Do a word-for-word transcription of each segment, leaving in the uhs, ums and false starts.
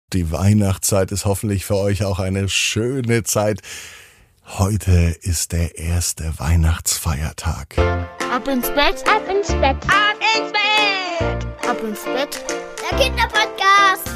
Die Weihnachtszeit ist hoffentlich für euch auch eine schöne Zeit. Heute ist der erste Weihnachtsfeiertag. Ab ins Bett, ab ins Bett, ab ins Bett, ab ins Bett. Der Kinderpodcast.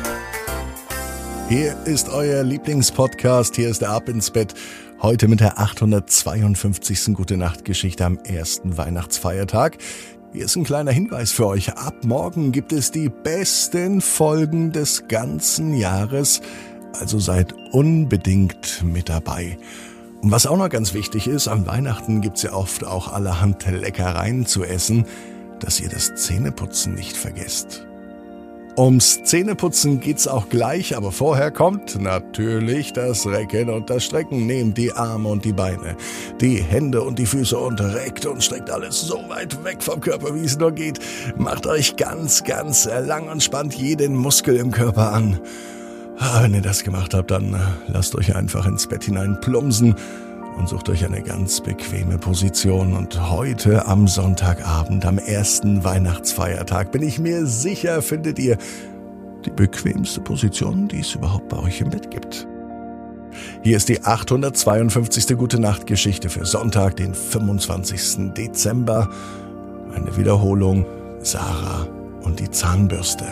Hier ist euer Lieblingspodcast, hier ist der Ab ins Bett. Heute mit der achthundertzweiundfünfzigsten Gute-Nacht-Geschichte am ersten Weihnachtsfeiertag. Hier ist ein kleiner Hinweis für euch. Ab morgen gibt es die besten Folgen des ganzen Jahres. Also seid unbedingt mit dabei. Und was auch noch ganz wichtig ist, an Weihnachten gibt's ja oft auch allerhand Leckereien zu essen, dass ihr das Zähneputzen nicht vergesst. Ums Zähneputzen geht's auch gleich, aber vorher kommt natürlich das Recken und das Strecken. Nehmt die Arme und die Beine, die Hände und die Füße und reckt und streckt alles so weit weg vom Körper, wie es nur geht. Macht euch ganz, ganz lang und spannt jeden Muskel im Körper an. Wenn ihr das gemacht habt, dann lasst euch einfach ins Bett hinein plumpsen und sucht euch eine ganz bequeme Position. Und heute am Sonntagabend, am ersten Weihnachtsfeiertag, bin ich mir sicher, findet ihr die bequemste Position, die es überhaupt bei euch im Bett gibt. Hier ist die achthundertzweiundfünfzigste Gute-Nacht-Geschichte für Sonntag, den fünfundzwanzigsten Dezember. Eine Wiederholung: Sarah und die Zahnbürste.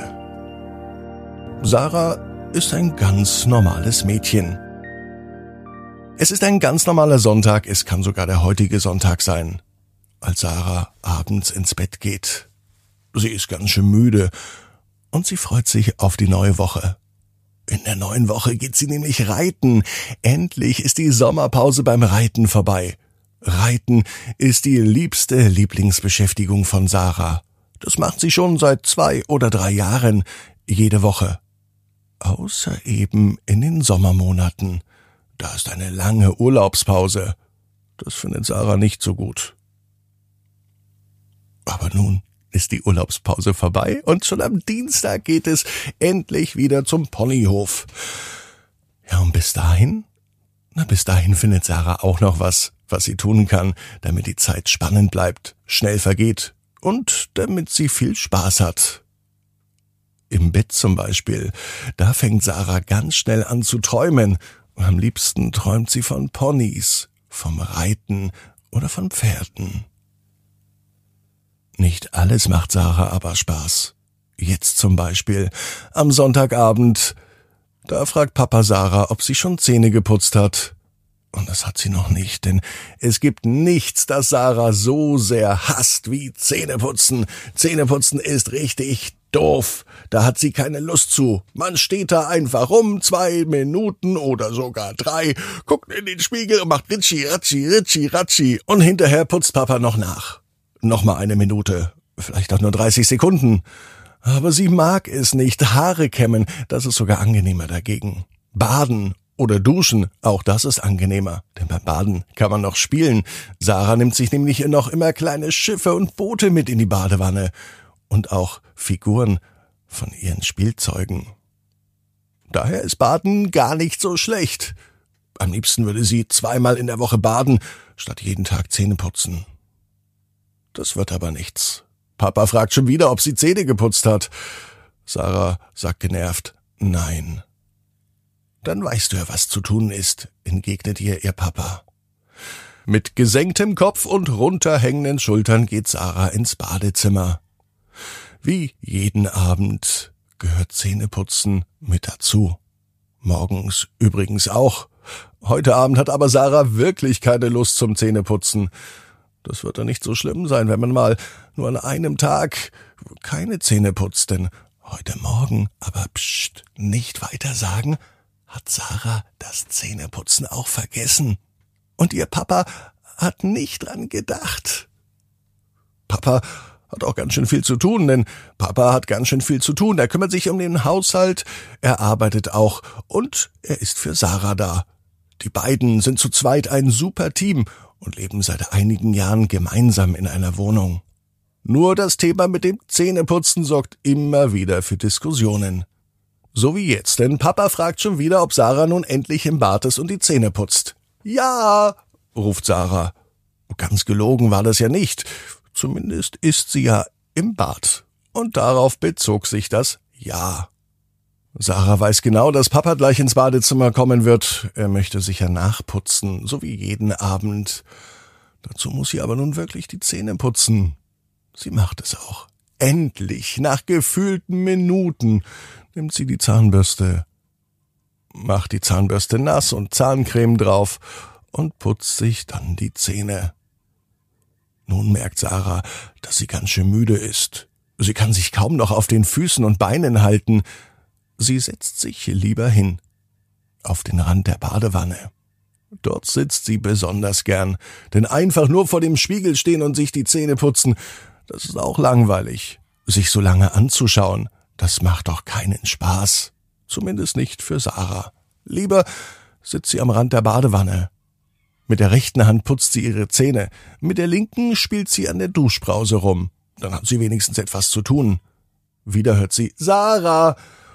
Sarah ist ein ganz normales Mädchen. Es ist ein ganz normaler Sonntag, es kann sogar der heutige Sonntag sein, als Sarah abends ins Bett geht. Sie ist ganz schön müde und sie freut sich auf die neue Woche. In der neuen Woche geht sie nämlich reiten. Endlich ist die Sommerpause beim Reiten vorbei. Reiten ist die liebste Lieblingsbeschäftigung von Sarah. Das macht sie schon seit zwei oder drei Jahren, jede Woche. Außer eben in den Sommermonaten. Da ist eine lange Urlaubspause. Das findet Sarah nicht so gut. Aber nun ist die Urlaubspause vorbei und schon am Dienstag geht es endlich wieder zum Ponyhof. Ja, und bis dahin? Na, bis dahin findet Sarah auch noch was, was sie tun kann, damit die Zeit spannend bleibt, schnell vergeht und damit sie viel Spaß hat. Im Bett zum Beispiel, da fängt Sarah ganz schnell an zu träumen. Am liebsten träumt sie von Ponys, vom Reiten oder von Pferden. Nicht alles macht Sarah aber Spaß. Jetzt zum Beispiel am Sonntagabend. Da fragt Papa Sarah, ob sie schon Zähne geputzt hat. Und das hat sie noch nicht, denn es gibt nichts, das Sarah so sehr hasst wie Zähneputzen. Zähneputzen ist richtig doof. Da hat sie keine Lust zu. Man steht da einfach rum, zwei Minuten oder sogar drei, guckt in den Spiegel und macht Ritschi, Ratschi, Ritschi, Ratschi. Und hinterher putzt Papa noch nach. Nochmal eine Minute, vielleicht auch nur dreißig Sekunden. Aber sie mag es nicht. Haare kämmen, das ist sogar angenehmer dagegen. Baden oder duschen, auch das ist angenehmer, denn beim Baden kann man noch spielen. Sarah nimmt sich nämlich noch immer kleine Schiffe und Boote mit in die Badewanne und auch Figuren von ihren Spielzeugen. Daher ist Baden gar nicht so schlecht. Am liebsten würde sie zweimal in der Woche baden, statt jeden Tag Zähne putzen. Das wird aber nichts. Papa fragt schon wieder, ob sie Zähne geputzt hat. Sarah sagt genervt, nein. Dann weißt du ja, was zu tun ist, entgegnet ihr ihr Papa. Mit gesenktem Kopf und runterhängenden Schultern geht Sarah ins Badezimmer. Wie jeden Abend gehört Zähneputzen mit dazu. Morgens übrigens auch. Heute Abend hat aber Sarah wirklich keine Lust zum Zähneputzen. Das wird doch nicht so schlimm sein, wenn man mal nur an einem Tag keine Zähne putzt, denn heute Morgen, aber pst, nicht weiter sagen, hat Sarah das Zähneputzen auch vergessen. Und ihr Papa hat nicht dran gedacht. Papa hat auch ganz schön viel zu tun, denn Papa hat ganz schön viel zu tun. Er kümmert sich um den Haushalt, er arbeitet auch und er ist für Sarah da. Die beiden sind zu zweit ein super Team und leben seit einigen Jahren gemeinsam in einer Wohnung. Nur das Thema mit dem Zähneputzen sorgt immer wieder für Diskussionen. So wie jetzt, denn Papa fragt schon wieder, ob Sarah nun endlich im Bad ist und die Zähne putzt. »Ja«, ruft Sarah. Ganz gelogen war das ja nicht. Zumindest ist sie ja im Bad. Und darauf bezog sich das Ja. Sarah weiß genau, dass Papa gleich ins Badezimmer kommen wird. Er möchte sicher nachputzen, so wie jeden Abend. Dazu muss sie aber nun wirklich die Zähne putzen. Sie macht es auch. Endlich, nach gefühlten Minuten, nimmt sie die Zahnbürste, macht die Zahnbürste nass und Zahncreme drauf und putzt sich dann die Zähne. Nun merkt Sarah, dass sie ganz schön müde ist. Sie kann sich kaum noch auf den Füßen und Beinen halten. Sie setzt sich lieber hin, auf den Rand der Badewanne. Dort sitzt sie besonders gern, denn einfach nur vor dem Spiegel stehen und sich die Zähne putzen, das ist auch langweilig. Sich so lange anzuschauen, das macht doch keinen Spaß. Zumindest nicht für Sarah. Lieber sitzt sie am Rand der Badewanne. Mit der rechten Hand putzt sie ihre Zähne, mit der linken spielt sie an der Duschbrause rum. Dann hat sie wenigstens etwas zu tun. Wieder hört sie, »Sarah!«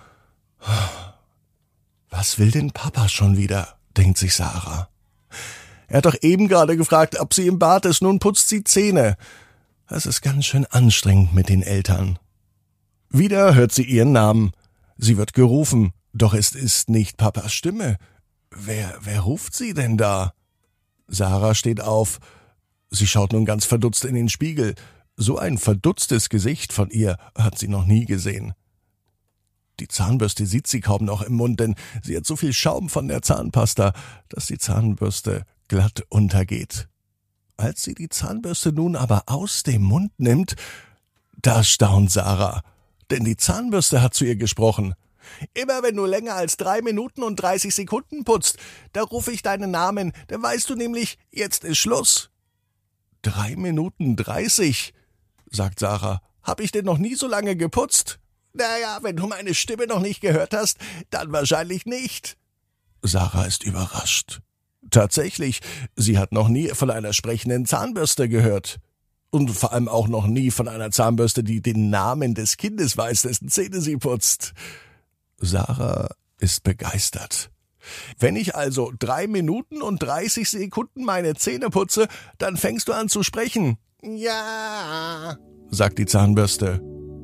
Was will denn Papa schon wieder?« denkt sich Sarah. Er hat doch eben gerade gefragt, ob sie im Bad ist, nun putzt sie Zähne. Das ist ganz schön anstrengend mit den Eltern. Wieder hört sie ihren Namen. Sie wird gerufen, doch es ist nicht Papas Stimme. Wer, wer ruft sie denn da? Sarah steht auf. Sie schaut nun ganz verdutzt in den Spiegel. So ein verdutztes Gesicht von ihr hat sie noch nie gesehen. Die Zahnbürste sieht sie kaum noch im Mund, denn sie hat so viel Schaum von der Zahnpasta, dass die Zahnbürste glatt untergeht. Als sie die Zahnbürste nun aber aus dem Mund nimmt, da staunt Sarah, denn die Zahnbürste hat zu ihr gesprochen. »Immer wenn du länger als drei Minuten und dreißig Sekunden putzt, da rufe ich deinen Namen, dann weißt du nämlich, jetzt ist Schluss.« »Drei Minuten dreißig«, sagt Sarah. »Hab ich denn noch nie so lange geputzt?« »Naja, wenn du meine Stimme noch nicht gehört hast, dann wahrscheinlich nicht.« Sarah ist überrascht. Tatsächlich, sie hat noch nie von einer sprechenden Zahnbürste gehört. Und vor allem auch noch nie von einer Zahnbürste, die den Namen des Kindes weiß, dessen Zähne sie putzt. Sarah ist begeistert. »Wenn ich also drei Minuten und dreißig Sekunden meine Zähne putze, dann fängst du an zu sprechen.« »Ja«, sagt die Zahnbürste.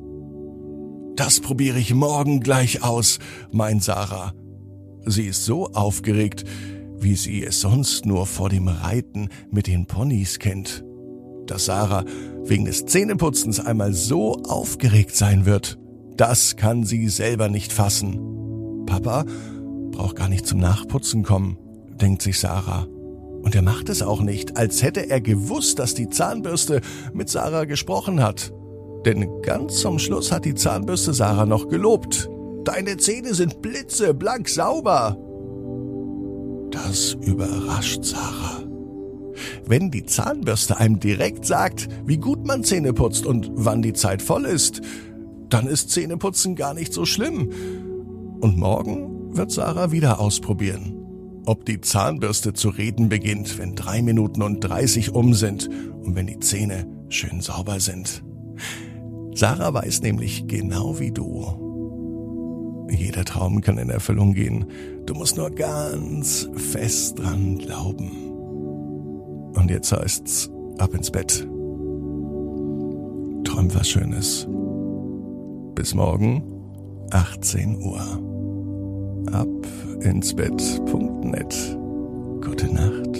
»Das probiere ich morgen gleich aus«, meint Sarah. Sie ist so aufgeregt, wie sie es sonst nur vor dem Reiten mit den Ponys kennt. Dass Sarah wegen des Zähneputzens einmal so aufgeregt sein wird, das kann sie selber nicht fassen. Papa braucht gar nicht zum Nachputzen kommen, denkt sich Sarah. Und er macht es auch nicht, als hätte er gewusst, dass die Zahnbürste mit Sarah gesprochen hat. Denn ganz zum Schluss hat die Zahnbürste Sarah noch gelobt. »Deine Zähne sind blitzeblank sauber.« Das überrascht Sarah. Wenn die Zahnbürste einem direkt sagt, wie gut man Zähne putzt und wann die Zeit voll ist, dann ist Zähneputzen gar nicht so schlimm. Und morgen wird Sarah wieder ausprobieren, ob die Zahnbürste zu reden beginnt, wenn drei Minuten und dreißig um sind und wenn die Zähne schön sauber sind. Sarah weiß nämlich genau wie du. Jeder Traum kann in Erfüllung gehen. Du musst nur ganz fest dran glauben. Und jetzt heißt's, ab ins Bett. Träum was Schönes. Bis morgen, achtzehn Uhr. ab ins Bett punkt net. Gute Nacht.